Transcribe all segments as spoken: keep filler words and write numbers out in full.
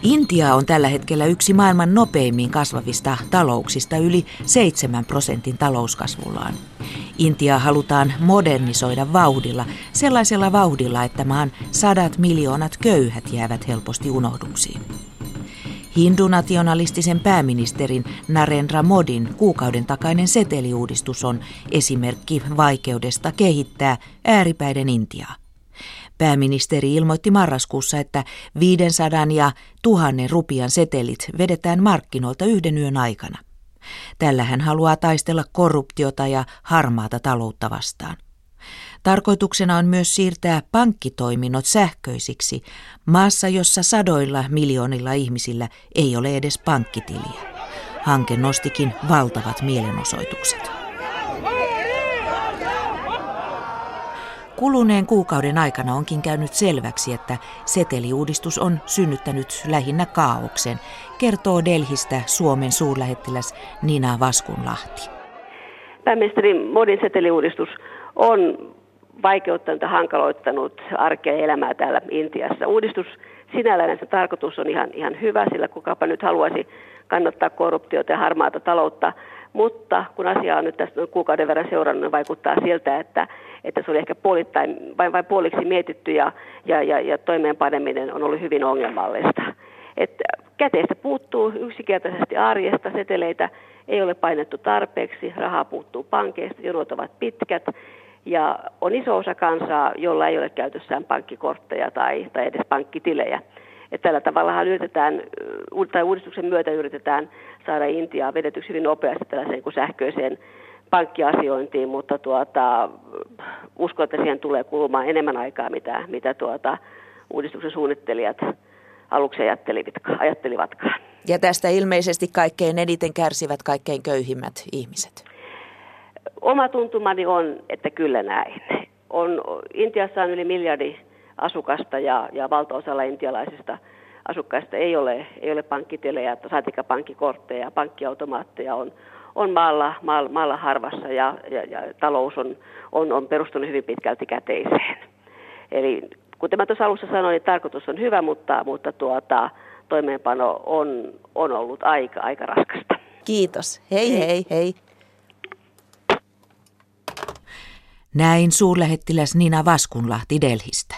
Intia on tällä hetkellä yksi maailman nopeimmin kasvavista talouksista yli seitsemän prosentin talouskasvullaan. Intia halutaan modernisoida vauhdilla, sellaisella vauhdilla, että maan sadat miljoonat köyhät jäävät helposti unohduksiin. Hindunationalistisen pääministerin Narendra Modin kuukauden takainen seteliuudistus on esimerkki vaikeudesta kehittää ääripäiden Intiaa. Pääministeri ilmoitti marraskuussa, että viisisataa ja tuhannen rupian setelit vedetään markkinoilta yhden yön aikana. Tällä hän haluaa taistella korruptiota ja harmaata taloutta vastaan. Tarkoituksena on myös siirtää pankkitoiminnot sähköisiksi maassa, jossa sadoilla miljoonilla ihmisillä ei ole edes pankkitiliä. Hanke nostikin valtavat mielenosoitukset. Kuluneen kuukauden aikana onkin käynyt selväksi, että seteliuudistus on synnyttänyt lähinnä kaaoksen, kertoo Delhistä Suomen suurlähettiläs Nina Vaskunlahti. Pääministeri Modin seteliuudistus on vaikeuttanut ja hankaloittanut arkea ja elämää täällä Intiassa. Uudistus sinällään se tarkoitus on ihan, ihan hyvä, sillä kukapa nyt haluaisi kannattaa korruptiota ja harmaata taloutta, mutta kun asia on nyt tästä noin kuukauden verran seurannut, niin vaikuttaa siltä, että, että se oli ehkä puolittain, vain, vain puoliksi mietitty ja, ja, ja, ja toimeenpaneminen on ollut hyvin ongelmallista. Että käteistä puuttuu yksinkertaisesti arjesta, seteleitä ei ole painettu tarpeeksi, rahaa puuttuu pankeista, jonot ovat pitkät ja on iso osa kansaa, jolla ei ole käytössään pankkikortteja tai, tai edes pankkitilejä. Että tällä tavallahan yritetään, tai uudistuksen myötä yritetään saada Intiaa vedetyksi hyvin nopeasti tällaiseen kuin sähköiseen pankkiasiointiin, mutta tuota, uskon, että siihen tulee kulumaan enemmän aikaa, mitä, mitä tuota, uudistuksen suunnittelijat aluksi ajattelivatkaan. Ja tästä ilmeisesti kaikkein eniten kärsivät kaikkein köyhimmät ihmiset. Oma tuntumani on, että kyllä näin. On, Intiassa on yli miljardi asukasta ja, ja valtaosalla intialaisista asukkaista ei ole, ei ole pankkitilejä, saatika pankkikortteja, pankkiautomaatteja on, on maalla, maalla, maalla harvassa ja, ja, ja talous on, on, on perustunut hyvin pitkälti käteiseen. Eli kuten mä tuossa alussa sanoin, niin tarkoitus on hyvä, mutta, mutta tuota, toimeenpano on, on ollut aika, aika raskasta. Kiitos. Hei hei hei. hei. Näin suurlähettiläs Nina Vaskunlahti Delhistä.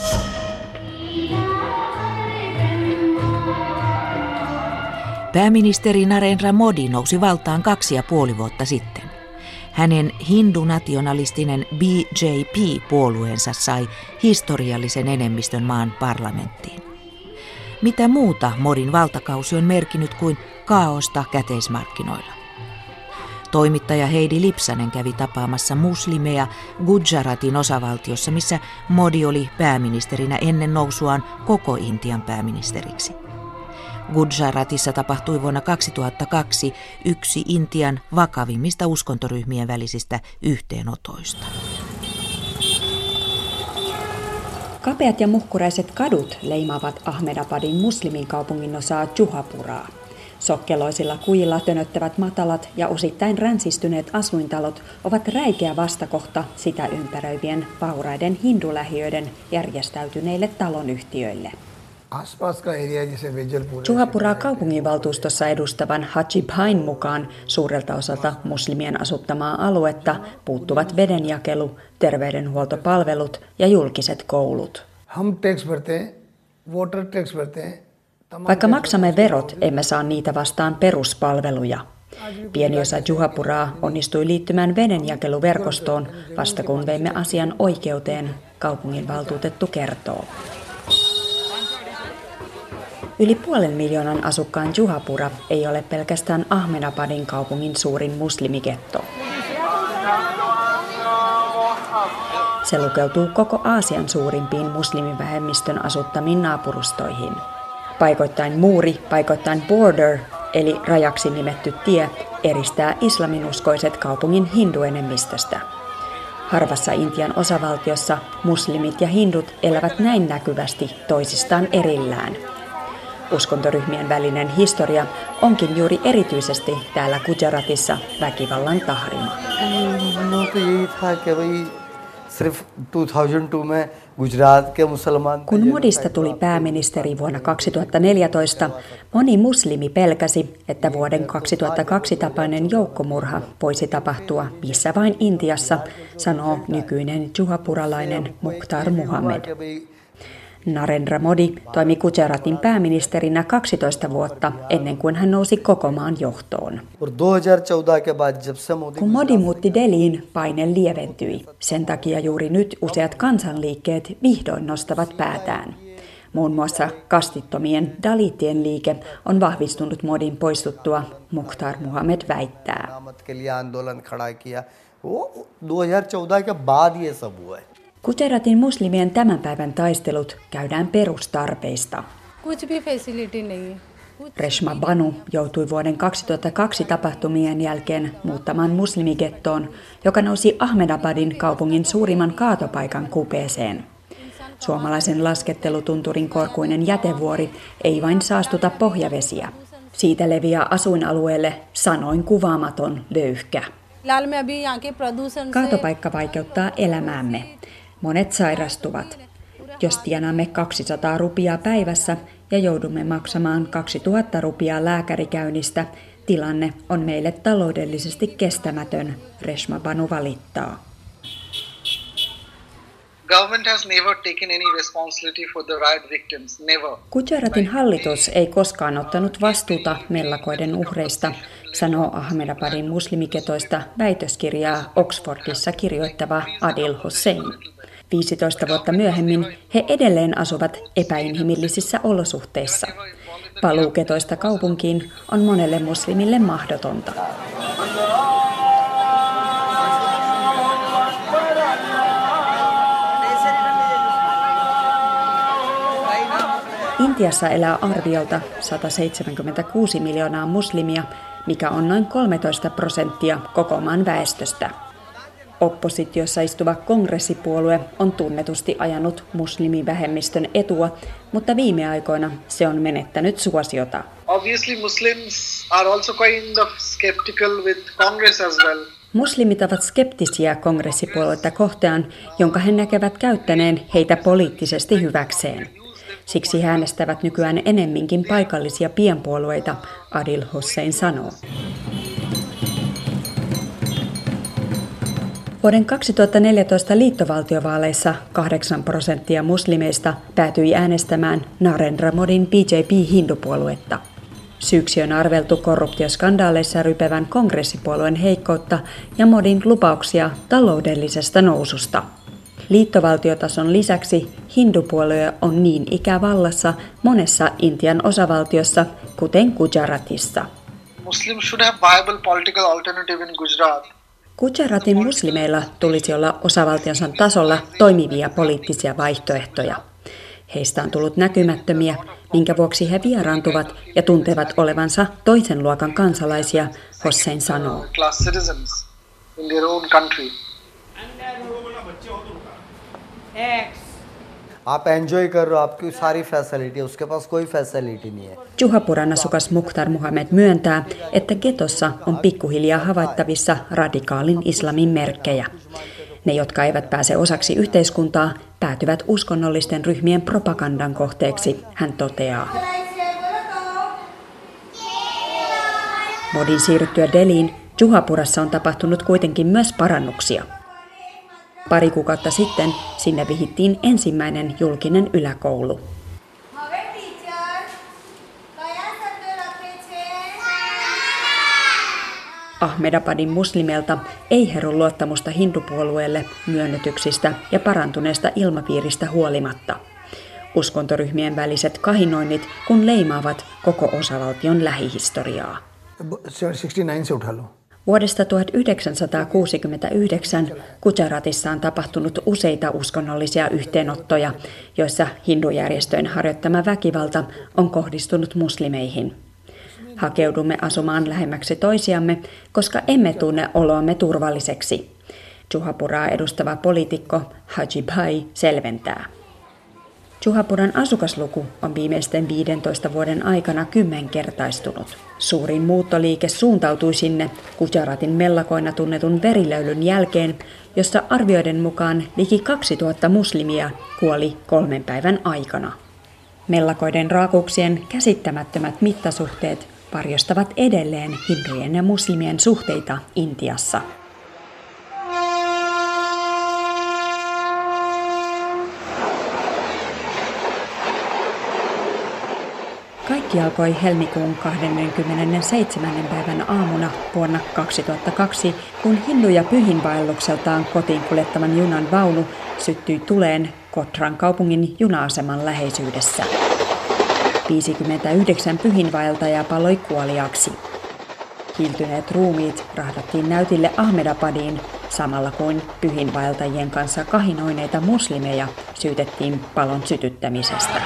Pääministeri Narendra Modi nousi valtaan kaksi ja puoli vuotta sitten. Hänen hindunationalistinen B J P-puolueensa sai historiallisen enemmistön maan parlamenttiin. Mitä muuta Modin valtakausi on merkinnyt kuin kaaosta käteismarkkinoilla? Toimittaja Heidi Lipsanen kävi tapaamassa muslimeja Gujaratin osavaltiossa, missä Modi oli pääministerinä ennen nousuaan koko Intian pääministeriksi. Gujaratissa tapahtui vuonna kaksituhattakaksi yksi Intian vakavimmista uskontoryhmien välisistä yhteenotoista. Kapeat ja muhkuraiset kadut leimaavat Ahmedabadin muslimin kaupungin osaa Juhapuraa. Sokkeloisilla kujilla tönöttävät matalat ja osittain ränsistyneet asuintalot ovat räikeä vastakohta sitä ympäröivien vauraiden hindulähiöiden järjestäytyneille talonyhtiöille. Juhapuraa kaupunginvaltuustossa edustavan Haji Bhain mukaan suurelta osalta muslimien asuttamaa aluetta puuttuvat vedenjakelu, terveydenhuoltopalvelut ja julkiset koulut. Vaikka maksamme verot, emme saa niitä vastaan peruspalveluja. Pieni osa Juhapuraa onnistui liittymään vedenjakeluverkostoon vasta kun veimme asian oikeuteen, kaupunginvaltuutettu kertoo. Yli puolen miljoonan asukkaan Juhapura ei ole pelkästään Ahmedabadin kaupungin suurin muslimiketto. Se lukeutuu koko Aasian suurimpiin muslimivähemmistön asuttamiin naapurustoihin. Paikoittain muuri, paikoittain border, eli rajaksi nimetty tie, eristää islaminuskoiset kaupungin hinduenemmistöstä. Harvassa Intian osavaltiossa muslimit ja hindut elävät näin näkyvästi toisistaan erillään. Uskontoryhmien välinen historia onkin juuri erityisesti täällä Gujaratissa väkivallan tahrima. Kun Modista tuli pääministeri vuonna kaksituhattaneljätoista, moni muslimi pelkäsi, että vuoden kaksituhattakaksi tapainen joukkomurha voisi tapahtua missä vain Intiassa, sanoo nykyinen juhapuralainen Mukhtar Muhammad. Narendra Modi toimi Gujaratin pääministerinä kaksitoista vuotta ennen kuin hän nousi koko maan johtoon. Kun Modi muutti Delhiin, paine lieventyi. Sen takia juuri nyt useat kansanliikkeet vihdoin nostavat päätään. Muun muassa kastittomien dalitien liike on vahvistunut Modin poistuttua, Mukhtar Muhammad väittää. Gujaratin muslimien tämän päivän taistelut käydään perustarpeista. Reshma Banu joutui vuoden kaksituhattakaksi tapahtumien jälkeen muuttamaan muslimigettoon, joka nousi Ahmedabadin kaupungin suurimman kaatopaikan kupeeseen. Suomalaisen laskettelutunturin korkuinen jätevuori ei vain saastuta pohjavesiä. Siitä leviää asuinalueelle sanoin kuvaamaton löyhkä. Kaatopaikka vaikeuttaa elämäämme. Monet sairastuvat. Jos tienaamme kaksisataa rupiaa päivässä ja joudumme maksamaan kaksituhatta rupiaa lääkärikäynnistä, tilanne on meille taloudellisesti kestämätön, Reshma Banu valittaa. Gujaratin hallitus ei koskaan ottanut vastuuta mellakoiden uhreista, sanoo Ahmedabadin muslimiketoista väitöskirjaa Oxfordissa kirjoittava Adil Hossein. viisitoista vuotta myöhemmin he edelleen asuvat epäinhimillisissä olosuhteissa. Paluu ketoista kaupunkiin on monelle muslimille mahdotonta. Intiassa elää arviolta sata seitsemänkymmentäkuusi miljoonaa muslimia, mikä on noin kolmetoista prosenttia koko maan väestöstä. Oppositiossa istuva kongressipuolue on tunnetusti ajanut muslimivähemmistön etua, mutta viime aikoina se on menettänyt suosiota. Obviously Muslims are also kind of skeptical with Congress as well. Muslimit ovat skeptisiä kongressipuoluetta kohtaan, jonka he näkevät käyttäneen heitä poliittisesti hyväkseen. Siksi he äänestävät nykyään enemminkin paikallisia pienpuolueita, Adil Hossein sanoo. Vuoden kaksituhattaneljätoista liittovaltiovaaleissa kahdeksan prosenttia muslimeista päätyi äänestämään Narendra Modin B J P-hindupuoluetta. Syyksi on arveltu korruptioskandaaleissa rypevän kongressipuolueen heikkoutta ja Modin lupauksia taloudellisesta noususta. Liittovaltiotason lisäksi hindupuolue on niin ikävallassa monessa Intian osavaltiossa, kuten Gujaratissa. Muslims should have viable political alternative in Gujarat. Gujaratin muslimeilla tulisi olla osavaltionsa tasolla toimivia poliittisia vaihtoehtoja. Heistä on tullut näkymättömiä, minkä vuoksi he vieraantuvat ja tuntevat olevansa toisen luokan kansalaisia, Hossein sanoo. आप एंजॉय कर रहे हो, आपकी सारी फैसिलिटी है, उसके पास कोई फैसिलिटी नहीं है. Juhapuran asukas Mukhtar Muhammad myöntää, että getossa on pikkuhiljaa havaittavissa radikaalin islamin merkkejä. Ne, jotka eivät pääse osaksi yhteiskuntaa, päätyvät uskonnollisten ryhmien propagandan kohteeksi, hän toteaa. Modin siirryttyä Delhiin, Juhapurassa on tapahtunut kuitenkin myös parannuksia. Pari kuukautta sitten sinne vihittiin ensimmäinen julkinen yläkoulu. Ahmedabadin muslimeilta ei heru luottamusta hindupuolueelle myönnytyksistä ja parantuneesta ilmapiiristä huolimatta. Uskontoryhmien väliset kahinoinnit kun leimaavat koko osavaltion lähihistoriaa. Vuodesta tuhatyhdeksänsataakuusikymmentäyhdeksän Gujaratissa on tapahtunut useita uskonnollisia yhteenottoja, joissa hindujärjestöjen harjoittama väkivalta on kohdistunut muslimeihin. Hakeudumme asumaan lähemmäksi toisiamme, koska emme tunne oloamme turvalliseksi. Juhapuraa edustava poliitikko Haji Bhai selventää. Juhapuran asukasluku on viimeisten viidentoista vuoden aikana kymmenkertaistunut. Suurin muuttoliike suuntautui sinne Gujaratin mellakoina tunnetun verilöylyn jälkeen, jossa arvioiden mukaan liki kaksituhatta muslimia kuoli kolmen päivän aikana. Mellakoiden raakuuksien käsittämättömät mittasuhteet varjostavat edelleen hindujen ja muslimien suhteita Intiassa. Kaikki alkoi helmikuun kahdeskymmenesseitsemäs päivän aamuna vuonna kaksituhattakaksi, kun hinduja pyhinvaellukseltaan kotiin kuljettavan junan vaunu syttyi tuleen Kotran kaupungin juna-aseman läheisyydessä. viisikymmentäyhdeksän pyhinvaeltajaa paloi kuoliaksi. Kiiltyneet ruumiit rahdattiin näytille Ahmedabadiin, samalla kuin pyhinvaeltajien kanssa kahinoineita muslimeja syytettiin palon sytyttämisestä.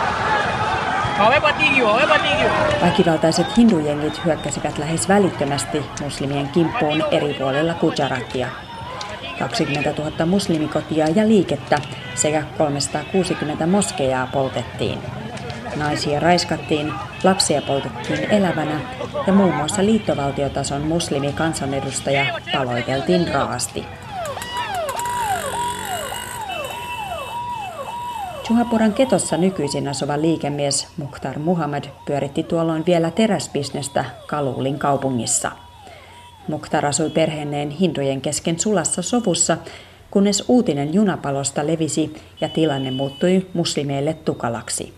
Väkivaltaiset hindujengit hyökkäsivät lähes välittömästi muslimien kimppuun eri puolilla Gujaratia. kaksikymmentätuhatta muslimikotia ja liikettä sekä kolmesataakuusikymmentä moskeijaa poltettiin. Naisia raiskattiin, lapsia poltettiin elävänä ja muun muassa liittovaltiotason muslimikansanedustaja paloiteltiin raasti. Juhapuran ketossa nykyisin asuva liikemies Mukhtar Muhammad pyöritti tuolloin vielä teräsbisnestä Kalulin kaupungissa. Mukhtar asui perheineen hindujen kesken sulassa sovussa, kunnes uutinen junapalosta levisi ja tilanne muuttui muslimeille tukalaksi.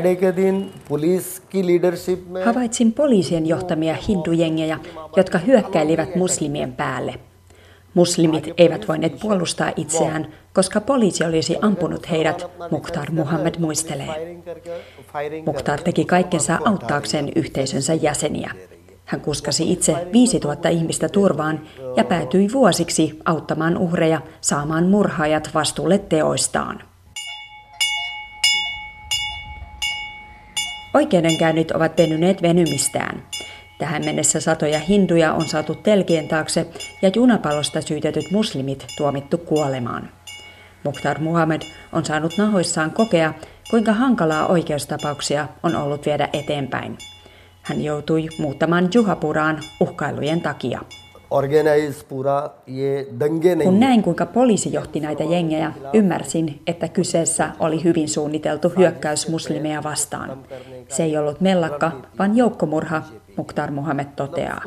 Havaitsin poliisien johtamia hindujengejä, jotka hyökkäilivät muslimien päälle. Muslimit eivät voineet puolustaa itseään, koska poliisi olisi ampunut heidät, Mukhtar Muhammad muistelee. Mukhtar teki kaikkensa auttaakseen yhteisönsä jäseniä. Hän kuskasi itse viisituhatta ihmistä turvaan ja päätyi vuosiksi auttamaan uhreja saamaan murhaajat vastuulle teoistaan. Oikeudenkäynnit ovat venyneet venymistään. Tähän mennessä satoja hinduja on saatu telkien taakse ja junapalosta syytetyt muslimit tuomittu kuolemaan. Mukhtar Muhammad on saanut nahoissaan kokea, kuinka hankalaa oikeustapauksia on ollut viedä eteenpäin. Hän joutui muuttamaan Juhapuraan uhkailujen takia. Kun näin, kuinka poliisi johti näitä jengejä, ymmärsin, että kyseessä oli hyvin suunniteltu hyökkäys muslimeja vastaan. Se ei ollut mellakka, vaan joukkomurha, Mukhtar Muhammad toteaa.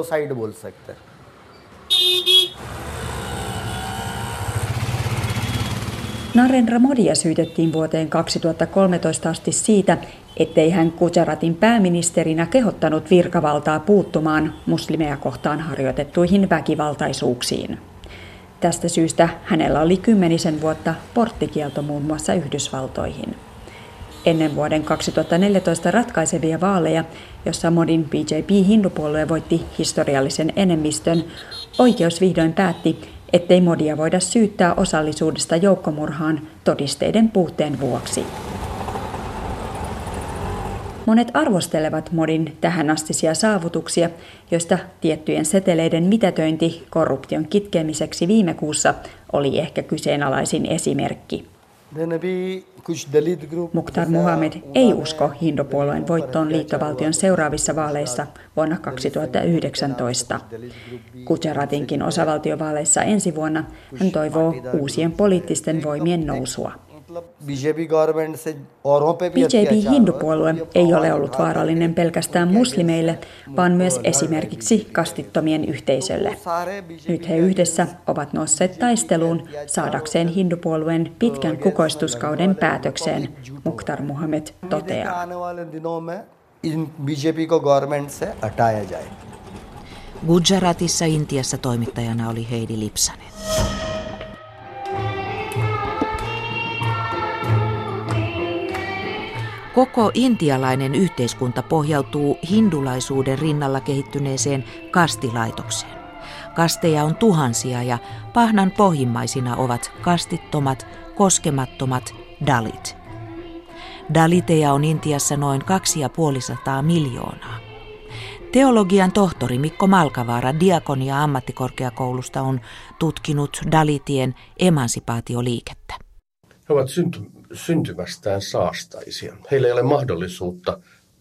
Narendra Modia syytettiin vuoteen kaksituhattakolmetoista asti siitä, ettei hän Gujaratin pääministerinä kehottanut virkavaltaa puuttumaan muslimeja kohtaan harjoitettuihin väkivaltaisuuksiin. Tästä syystä hänellä oli kymmenisen vuotta porttikielto muun muassa Yhdysvaltoihin. Ennen vuoden kaksituhattaneljätoista ratkaisevia vaaleja, jossa Modin B J P-hindupuolue voitti historiallisen enemmistön, oikeus vihdoin päätti, ettei Modia voida syyttää osallisuudesta joukkomurhaan todisteiden puutteen vuoksi. Monet arvostelevat Modin tähänastisia saavutuksia, joista tiettyjen seteleiden mitätöinti korruption kitkemiseksi viime kuussa oli ehkä kyseenalaisin esimerkki. Mukhtar Muhammad ei usko hindupuolueen voittoon liittovaltion seuraavissa vaaleissa vuonna kaksituhattayhdeksäntoista. Gujaratinkin osavaltiovaaleissa ensi vuonna hän toivoo uusien poliittisten voimien nousua. B J P-hindupuolue ei ole ollut vaarallinen pelkästään muslimeille, vaan myös esimerkiksi kastittomien yhteisölle. Nyt he yhdessä ovat nousseet taisteluun saadakseen hindupuolueen pitkän kukoistuskauden päätökseen, Mukhtar Muhammad toteaa. Gujaratissa Intiassa toimittajana oli Heidi Lipsanen. Koko intialainen yhteiskunta pohjautuu hindulaisuuden rinnalla kehittyneeseen kastilaitokseen. Kasteja on tuhansia ja pahnan pohjimmaisina ovat kastittomat, koskemattomat dalit. Daliteja on Intiassa noin kaksisataaviisikymmentä miljoonaa. Teologian tohtori Mikko Malkavaara Diakonia ammattikorkeakoulusta on tutkinut dalitien emansipaatioliikettä. He ovat syntyneet syntymästään saastaisia. Heillä ei ole mahdollisuutta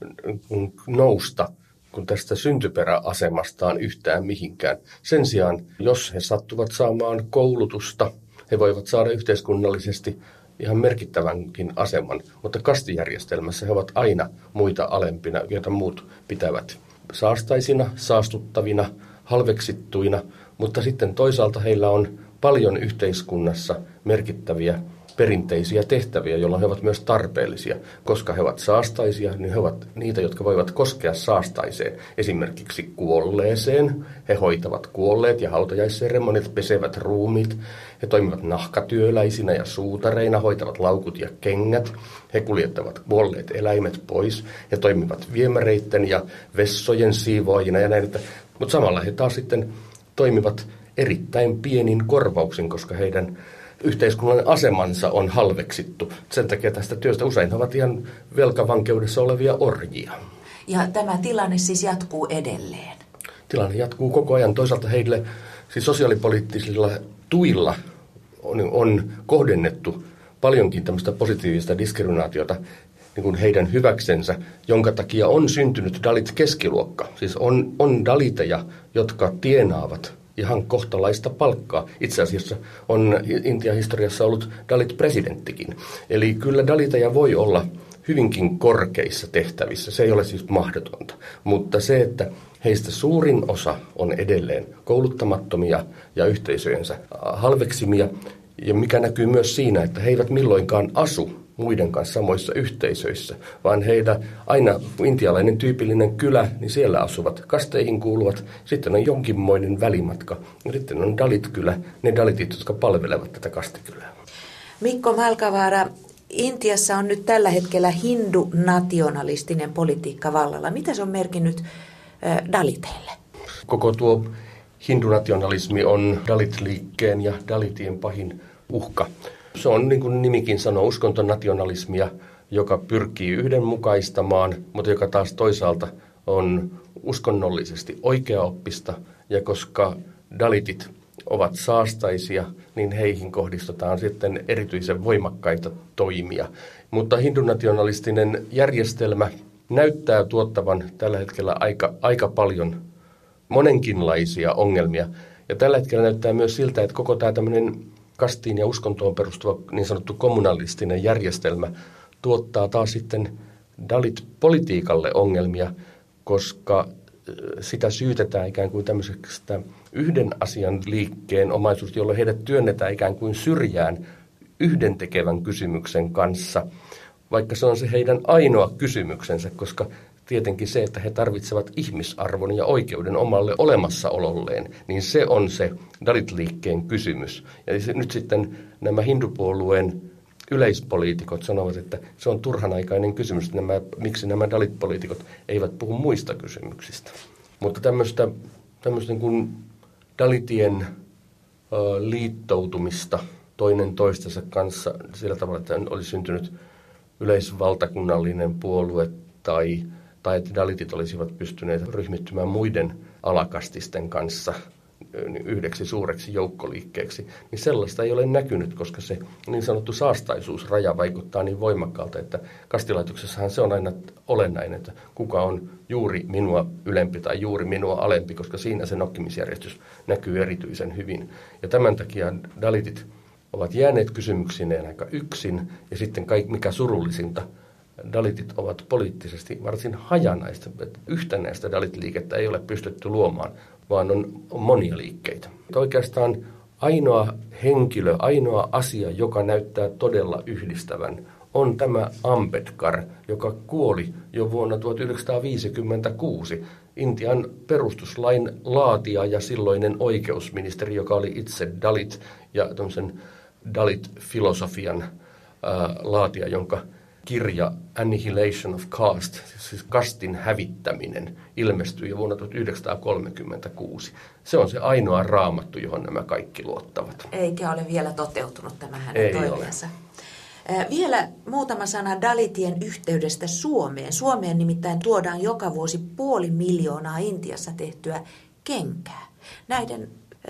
nousta kun tästä syntyperäasemastaan yhtään mihinkään. Sen sijaan, jos he sattuvat saamaan koulutusta, he voivat saada yhteiskunnallisesti ihan merkittävänkin aseman, mutta kastijärjestelmässä he ovat aina muita alempina, joita muut pitävät saastaisina, saastuttavina, halveksittuina, mutta sitten toisaalta heillä on paljon yhteiskunnassa merkittäviä perinteisiä tehtäviä, jolloin he ovat myös tarpeellisia. Koska he ovat saastaisia, niin he ovat niitä, jotka voivat koskea saastaiseen. Esimerkiksi kuolleeseen. He hoitavat kuolleet ja hautajaisseremoniat, pesevät ruumiit. He toimivat nahkatyöläisinä ja suutareina, hoitavat laukut ja kengät. He kuljettavat kuolleet eläimet pois. He toimivat viemäreitten ja vessojen siivoajina ja näin. Mutta samalla he taas sitten toimivat erittäin pienin korvauksin, koska heidän yhteiskunnallinen asemansa on halveksittu. Sen takia tästä työstä usein ovat ihan velkavankeudessa olevia orjia. Ja tämä tilanne siis jatkuu edelleen? Tilanne jatkuu koko ajan. Toisaalta heille siis sosiaalipoliittisilla tuilla on, on kohdennettu paljonkin tämmöistä positiivista diskriminaatiota niin kuin heidän hyväksensä, jonka takia on syntynyt Dalit-keskiluokka. Siis on, on daliteja, jotka tienaavat ihan kohtalaista palkkaa. Itse asiassa on Intian historiassa ollut Dalit-presidenttikin. Eli kyllä daliteja voi olla hyvinkin korkeissa tehtävissä. Se ei ole siis mahdotonta. Mutta se, että heistä suurin osa on edelleen kouluttamattomia ja yhteisöjensä halveksimia, ja mikä näkyy myös siinä, että he eivät milloinkaan asu muiden kanssa samoissa yhteisöissä, vaan heidän aina intialainen tyypillinen kylä, niin siellä asuvat kasteihin kuuluvat, sitten on jonkinmoinen välimatka, ja sitten on Dalit-kylä, ne dalitit, jotka palvelevat tätä kastikylää. Mikko Malkavaara, Intiassa on nyt tällä hetkellä hindu-nationalistinen politiikka vallalla. Mitä se on merkinnyt äh, daliteille? Koko tuo hindunationalismi on Dalit-liikkeen ja dalitien pahin uhka. Se on, niin kuin nimikin sanoo, uskontonationalismia, joka pyrkii yhdenmukaistamaan, mutta joka taas toisaalta on uskonnollisesti oikeaoppista. Ja koska dalitit ovat saastaisia, niin heihin kohdistetaan sitten erityisen voimakkaita toimia. Mutta hindunationalistinen järjestelmä näyttää tuottavan tällä hetkellä aika, aika paljon monenkinlaisia ongelmia. Ja tällä hetkellä näyttää myös siltä, että koko tämä tämmöinen kastiin ja uskontoon perustuva niin sanottu kommunalistinen järjestelmä tuottaa taas sitten Dalit-politiikalle ongelmia, koska sitä syytetään ikään kuin tämmöisestä yhden asian liikkeen omaisuus, jolla heidät työnnetään ikään kuin syrjään yhdentekevän kysymyksen kanssa, vaikka se on se heidän ainoa kysymyksensä, koska tietenkin se, että he tarvitsevat ihmisarvon ja oikeuden omalle olemassaololleen, niin se on se Dalit-liikkeen kysymys. Ja se, nyt sitten nämä hindupuolueen yleispoliitikot sanovat, että se on turhanaikainen kysymys, että nämä, miksi nämä Dalit-poliitikot eivät puhu muista kysymyksistä. Mutta tämmöistä, tämmöistä niin kuin Dalitien ö, liittoutumista toinen toistensa kanssa sillä tavalla, että olisi syntynyt yleisvaltakunnallinen puolue tai tai että dalitit olisivat pystyneet ryhmittymään muiden alakastisten kanssa yhdeksi suureksi joukkoliikkeeksi, niin sellaista ei ole näkynyt, koska se niin sanottu saastaisuusraja vaikuttaa niin voimakkaalta, että kastilaitoksessahan se on aina olennainen, että kuka on juuri minua ylempi tai juuri minua alempi, koska siinä se nokkimisjärjestys näkyy erityisen hyvin. Ja tämän takia dalitit ovat jääneet kysymyksineen aika yksin, ja sitten kaikki, mikä surullisinta, dalitit ovat poliittisesti varsin hajanaista. Yhtenäistä dalit-liikettä ei ole pystytty luomaan, vaan on, on monia liikkeitä. Oikeastaan ainoa henkilö, ainoa asia, joka näyttää todella yhdistävän, on tämä Ambedkar, joka kuoli jo vuonna tuhatyhdeksänsataaviisikymmentäkuusi. Intian perustuslain laatija ja silloinen oikeusministeri, joka oli itse dalit ja tämmöisen dalit-filosofian ää, laatija, jonka kirja Annihilation of Caste, siis kastin hävittäminen, ilmestyi jo vuonna tuhatyhdeksänsataakolmekymmentäkuusi. Se on se ainoa raamattu, johon nämä kaikki luottavat. Eikä ole vielä toteutunut tämä hänen toiveensa. Vielä muutama sana dalitien yhteydestä Suomeen. Suomeen nimittäin tuodaan joka vuosi puoli miljoonaa Intiassa tehtyä kenkää. Näiden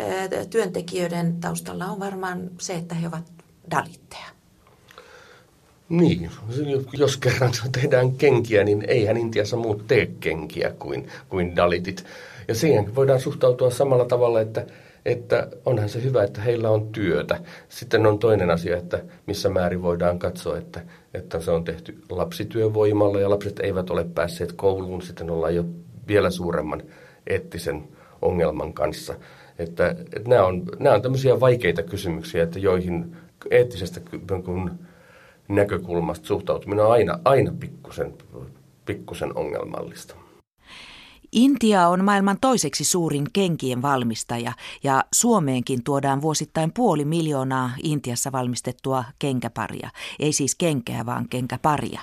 työntekijöiden taustalla on varmaan se, että he ovat dalitteja. Niin, jos kerran tehdään kenkiä, niin eihän Intiassa muut tee kenkiä kuin, kuin dalitit. Ja siihen voidaan suhtautua samalla tavalla, että, että onhan se hyvä, että heillä on työtä. Sitten on toinen asia, että missä määrin voidaan katsoa, että, että se on tehty lapsityövoimalla ja lapset eivät ole päässeet kouluun. Sitten ollaan jo vielä suuremman eettisen ongelman kanssa. Että, että nämä, on, nämä on tämmöisiä vaikeita kysymyksiä, että joihin eettisestä kun näkökulmasta suhtautuminen on aina, aina pikkusen, pikkusen ongelmallista. Intia on maailman toiseksi suurin kenkien valmistaja ja Suomeenkin tuodaan vuosittain puoli miljoonaa Intiassa valmistettua kenkäparia. Ei siis kenkää, vaan kenkäparia.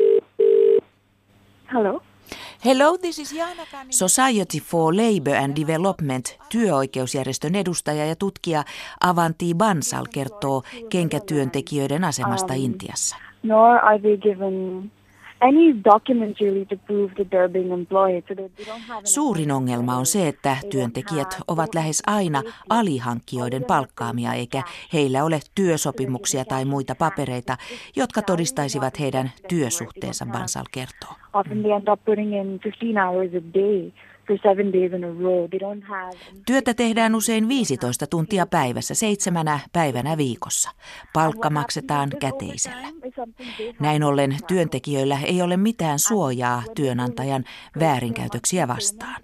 Hello. Hello, this is Jana Kanin. Society for Labour and Development, työoikeusjärjestön edustaja ja tutkija Avanti Bansal kertoo kenkätyöntekijöiden asemasta um, Intiassa. Nor are they given any documents really to prove that they're being employed. So they don't have Suurin ongelma on se, että työntekijät ovat lähes aina alihankkijoiden palkkaamia, eikä heillä ole työsopimuksia tai muita papereita, jotka todistaisivat heidän työsuhteensa, Bansal kertoo. Often they end up putting in fifteen hours a day for seven days in a row. They don't have... Työtä tehdään usein viisitoista tuntia päivässä, seitsemänä päivänä viikossa. Palkka maksetaan käteisellä. Näin ollen työntekijöillä ei ole mitään suojaa työnantajan väärinkäytöksiä vastaan.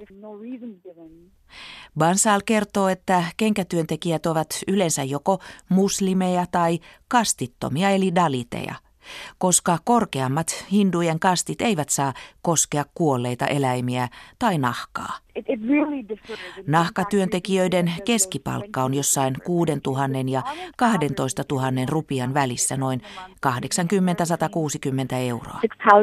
Bansal kertoo, että kenkätyöntekijät ovat yleensä joko muslimeja tai kastittomia eli daliteja, koska korkeammat hindujen kastit eivät saa koskea kuolleita eläimiä tai nahkaa. Nahkatyöntekijöiden keskipalkka on jossain kuusituhatta ja kaksitoista tuhatta rupian välissä, noin kahdeksankymmentä sata kuusikymmentä euroa.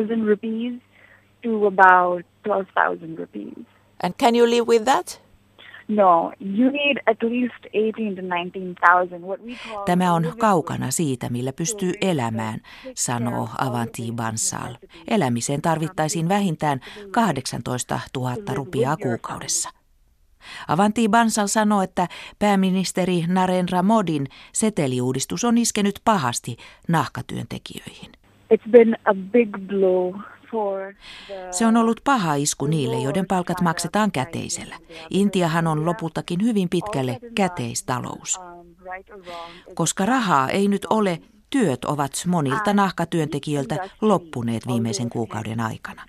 And can you live with that? No, you need at least eighteen to nineteen thousand. What we call Tämä on kaukana siitä, millä pystyy elämään, sanoo Avanti Bansal. Elämiseen tarvittaisiin vähintään kahdeksantoista tuhatta rupiaa kuukaudessa. Avanti Bansal sanoo, että pääministeri Narendra Modin seteliuudistus on iskenyt pahasti nahkatyöntekijöihin. It's been a big blow. Se on ollut paha isku niille, joiden palkat maksetaan käteisellä. Intiahan on lopultakin hyvin pitkälle käteistalous. Koska rahaa ei nyt ole, työt ovat monilta nahkatyöntekijöiltä loppuneet viimeisen kuukauden aikana.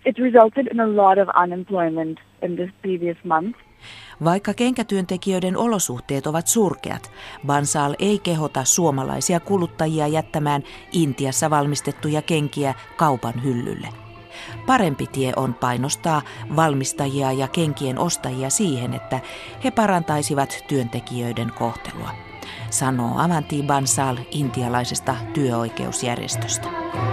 Vaikka kenkätyöntekijöiden olosuhteet ovat surkeat, Bansal ei kehota suomalaisia kuluttajia jättämään Intiassa valmistettuja kenkiä kaupan hyllylle. Parempi tie on painostaa valmistajia ja kenkien ostajia siihen, että he parantaisivat työntekijöiden kohtelua, sanoo Avanti Bansal intialaisesta työoikeusjärjestöstä.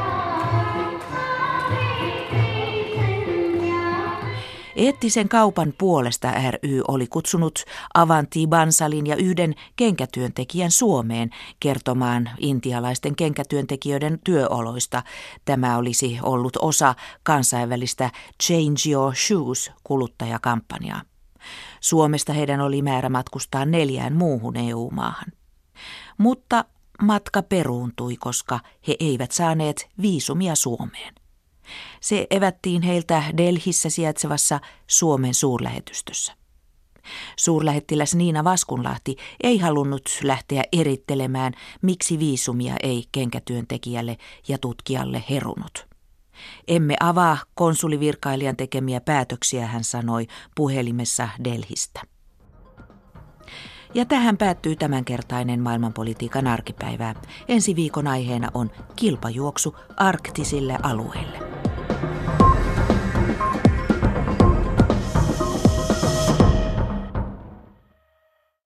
Eettisen kaupan puolesta ry oli kutsunut Avanti Bansalin ja yhden kenkätyöntekijän Suomeen kertomaan intialaisten kenkätyöntekijöiden työoloista. Tämä olisi ollut osa kansainvälistä Change Your Shoes -kuluttajakampanjaa. Suomesta heidän oli määrä matkustaa neljään muuhun E U-maahan. Mutta matka peruuntui, koska he eivät saaneet viisumia Suomeen. Se evättiin heiltä Delhissä sijaitsevassa Suomen suurlähetystössä. Suurlähettiläs Niina Vaskunlahti ei halunnut lähteä erittelemään, miksi viisumia ei kenkätyöntekijälle ja tutkijalle herunut. Emme avaa konsulivirkailijan tekemiä päätöksiä, hän sanoi puhelimessa Delhistä. Ja tähän päättyy tämänkertainen maailmanpolitiikan arkipäivää. Ensi viikon aiheena on kilpajuoksu arktisille alueille.